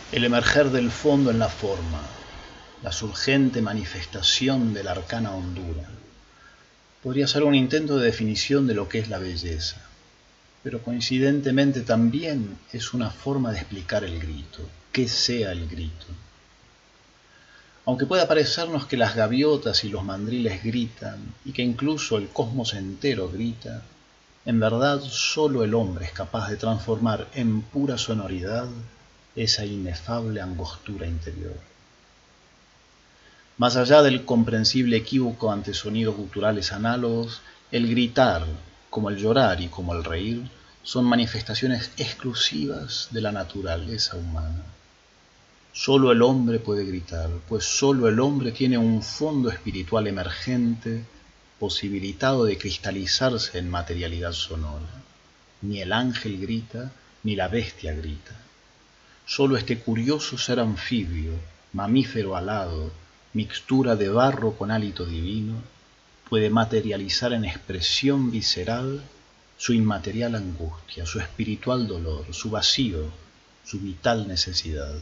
El emerger del fondo en la forma, la surgente manifestación de la arcana hondura, podría ser un intento de definición de lo que es la belleza, pero coincidentemente también es una forma de explicar el grito, qué sea el grito. Aunque pueda parecernos que las gaviotas y los mandriles gritan y que incluso el cosmos entero grita, en verdad solo el hombre es capaz de transformar en pura sonoridad esa inefable angostura interior. Más allá del comprensible equívoco ante sonidos guturales análogos, el gritar, como el llorar y como el reír, son manifestaciones exclusivas de la naturaleza humana. Solo el hombre puede gritar, pues solo el hombre tiene un fondo espiritual emergente, posibilitado de cristalizarse en materialidad sonora. Ni el ángel grita, ni la bestia grita. Solo este curioso ser anfibio, mamífero alado, mixtura de barro con hálito divino, puede materializar en expresión visceral su inmaterial angustia, su espiritual dolor, su vacío, su vital necesidad.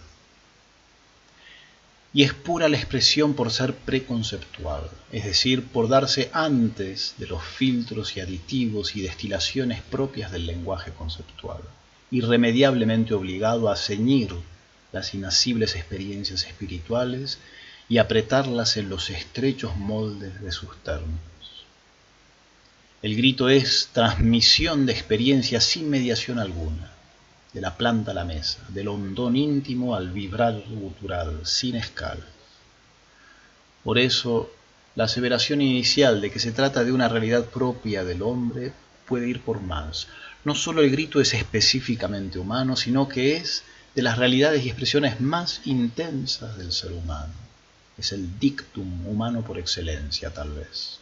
Y es pura la expresión por ser preconceptual, es decir, por darse antes de los filtros y aditivos y destilaciones propias del lenguaje conceptual, irremediablemente obligado a ceñir las inasibles experiencias espirituales y apretarlas en los estrechos moldes de sus términos. El grito es transmisión de experiencias sin mediación alguna, de la planta a la mesa, del hondón íntimo al vibrar gutural, sin escala. Por eso, la aseveración inicial de que se trata de una realidad propia del hombre puede ir por más. No solo el grito es específicamente humano, sino que es de las realidades y expresiones más intensas del ser humano. Es el dictum humano por excelencia, tal vez.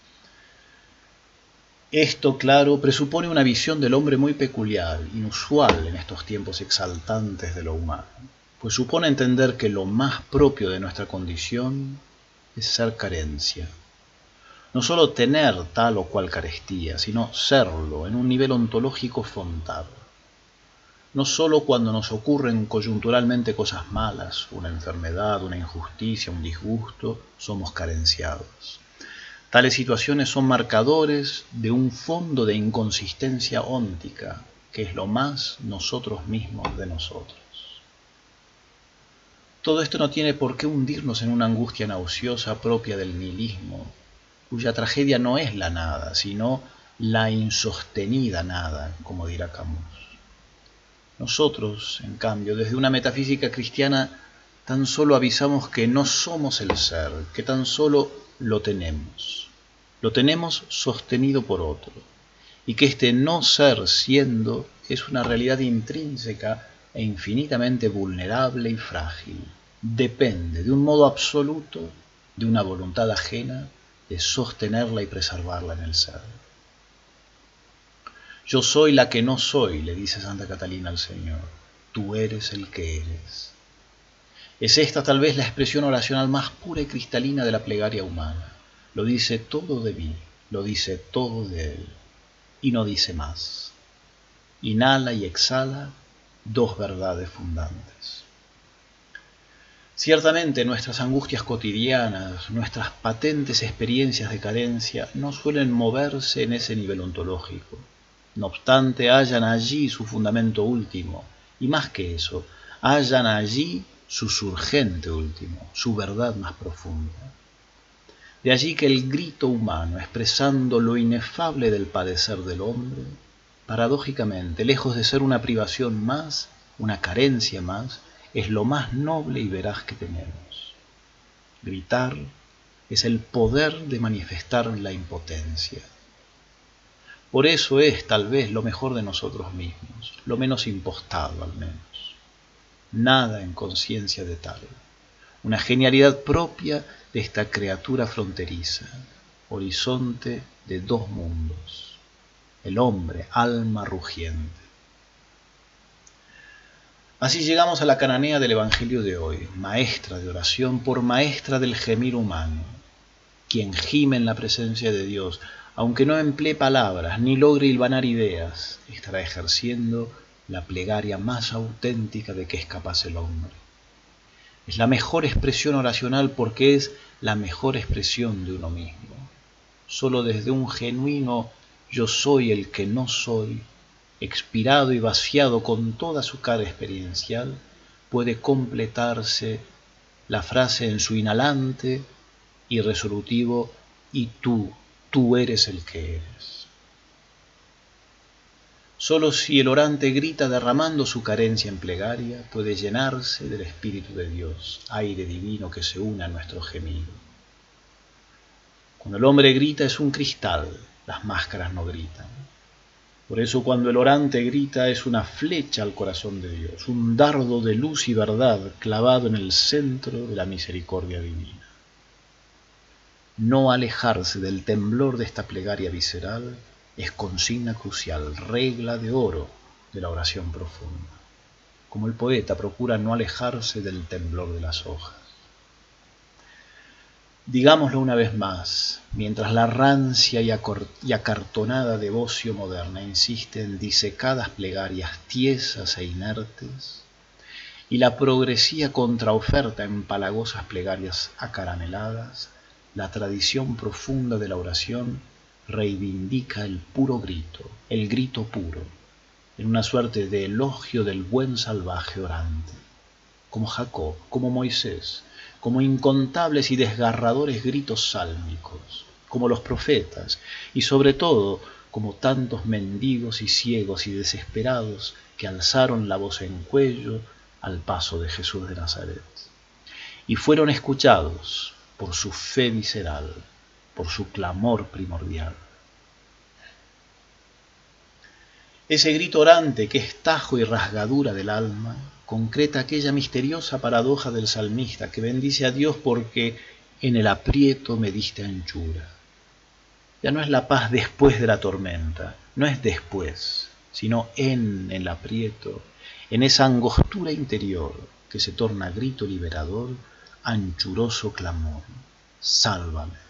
Esto, claro, presupone una visión del hombre muy peculiar, inusual en estos tiempos exaltantes de lo humano, pues supone entender que lo más propio de nuestra condición es ser carencia. No solo tener tal o cual carestía, sino serlo en un nivel ontológico frontal. No solo cuando nos ocurren coyunturalmente cosas malas, una enfermedad, una injusticia, un disgusto, somos carenciados. Tales situaciones son marcadores de un fondo de inconsistencia óntica, que es lo más nosotros mismos de nosotros. Todo esto no tiene por qué hundirnos en una angustia nauseosa propia del nihilismo, cuya tragedia no es la nada, sino la insostenida nada, como dirá Camus. Nosotros, en cambio, desde una metafísica cristiana, tan solo avisamos que no somos el ser, que tan solo lo tenemos. Lo tenemos sostenido por otro, y que este no ser siendo es una realidad intrínseca e infinitamente vulnerable y frágil. Depende de un modo absoluto de una voluntad ajena de sostenerla y preservarla en el ser. Yo soy la que no soy, le dice Santa Catalina al Señor. Tú eres el que eres. Es esta tal vez la expresión oracional más pura y cristalina de la plegaria humana. Lo dice todo de mí, lo dice todo de Él, y no dice más. Inhala y exhala dos verdades fundantes. Ciertamente nuestras angustias cotidianas, nuestras patentes experiencias de carencia no suelen moverse en ese nivel ontológico. No obstante, hallan allí su fundamento último, y más que eso, hallan allí su surgente último, su verdad más profunda. De allí que el grito humano, expresando lo inefable del padecer del hombre, paradójicamente, lejos de ser una privación más, una carencia más, es lo más noble y veraz que tenemos. Gritar es el poder de manifestar la impotencia. Por eso es, tal vez, lo mejor de nosotros mismos, lo menos impostado al menos. Nada en conciencia de tal. Una genialidad propia de esta criatura fronteriza, horizonte de dos mundos. El hombre, alma rugiente. Así llegamos a la cananea del Evangelio de hoy, maestra de oración por maestra del gemir humano, quien gime en la presencia de Dios, aunque no emplee palabras ni logre hilvanar ideas, estará ejerciendo la plegaria más auténtica de que es capaz el hombre. Es la mejor expresión oracional porque es la mejor expresión de uno mismo. Solo desde un genuino yo soy el que no soy, expirado y vaciado con toda su carga experiencial, puede completarse la frase en su inhalante y resolutivo y tú eres el que eres. Solo si el orante grita derramando su carencia en plegaria, puede llenarse del Espíritu de Dios, aire divino que se une a nuestro gemido. Cuando el hombre grita es un cristal, las máscaras no gritan. Por eso cuando el orante grita es una flecha al corazón de Dios, un dardo de luz y verdad clavado en el centro de la misericordia divina. No alejarse del temblor de esta plegaria visceral es consigna crucial, regla de oro de la oración profunda. Como el poeta procura no alejarse del temblor de las hojas. Digámoslo una vez más, mientras la rancia y acartonada devoción moderna insiste en disecadas plegarias tiesas e inertes, y la progresía contraoferta en palagosas plegarias acarameladas, la tradición profunda de la oración reivindica el puro grito, el grito puro, en una suerte de elogio del buen salvaje orante, como Jacob, como Moisés, como incontables y desgarradores gritos sálmicos, como los profetas, y sobre todo como tantos mendigos y ciegos y desesperados que alzaron la voz en cuello al paso de Jesús de Nazaret, y fueron escuchados por su fe visceral, por su clamor primordial. Ese grito orante que es tajo y rasgadura del alma, concreta aquella misteriosa paradoja del salmista que bendice a Dios porque en el aprieto me diste anchura. Ya no es la paz después de la tormenta, no es después, sino en el aprieto, en esa angostura interior que se torna grito liberador, anchuroso clamor, sálvame.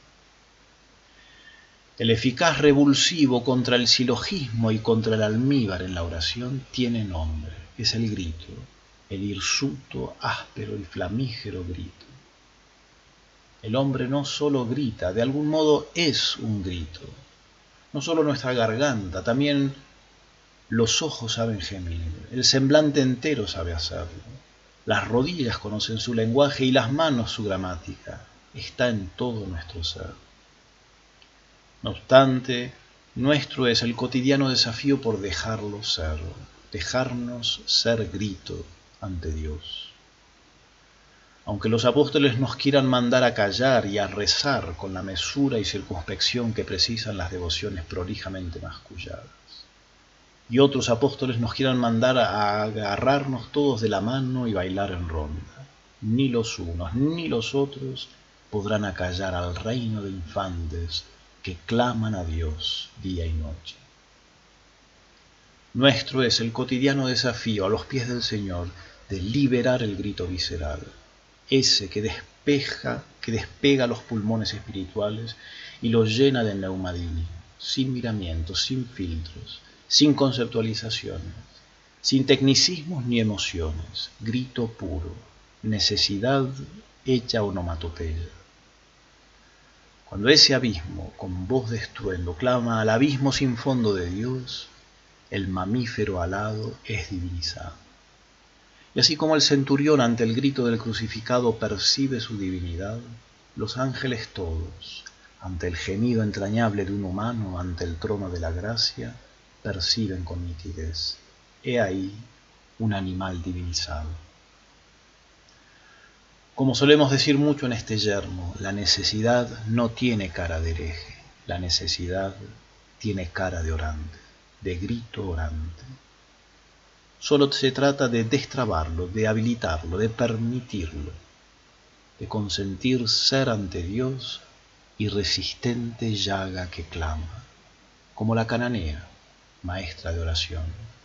El eficaz revulsivo contra el silogismo y contra el almíbar en la oración tiene nombre, es el grito, el hirsuto, áspero y flamígero grito. El hombre no solo grita, de algún modo es un grito. No solo nuestra garganta, también los ojos saben gemir, el semblante entero sabe hacerlo. Las rodillas conocen su lenguaje y las manos su gramática. Está en todo nuestro ser. No obstante, nuestro es el cotidiano desafío por dejarlo ser, dejarnos ser grito ante Dios. Aunque los apóstoles nos quieran mandar a callar y a rezar con la mesura y circunspección que precisan las devociones prolijamente masculladas, y otros apóstoles nos quieran mandar a agarrarnos todos de la mano y bailar en ronda, ni los unos ni los otros podrán acallar al reino de infantes que claman a Dios día y noche. Nuestro es el cotidiano desafío a los pies del Señor de liberar el grito visceral, ese que despega los pulmones espirituales y los llena de neumadini, sin miramientos, sin filtros, sin conceptualizaciones, sin tecnicismos ni emociones, grito puro, necesidad hecha onomatopeya. Cuando ese abismo, con voz de estruendo, clama al abismo sin fondo de Dios, el mamífero alado es divinizado. Y así como el centurión ante el grito del crucificado percibe su divinidad, los ángeles todos, ante el gemido entrañable de un humano, ante el trono de la gracia, perciben con nitidez. He ahí un animal divinizado. Como solemos decir mucho en este yermo, la necesidad no tiene cara de hereje, la necesidad tiene cara de orante, de grito orante. Solo se trata de destrabarlo, de habilitarlo, de permitirlo, de consentir ser ante Dios irresistente llaga que clama, como la cananea, maestra de oración.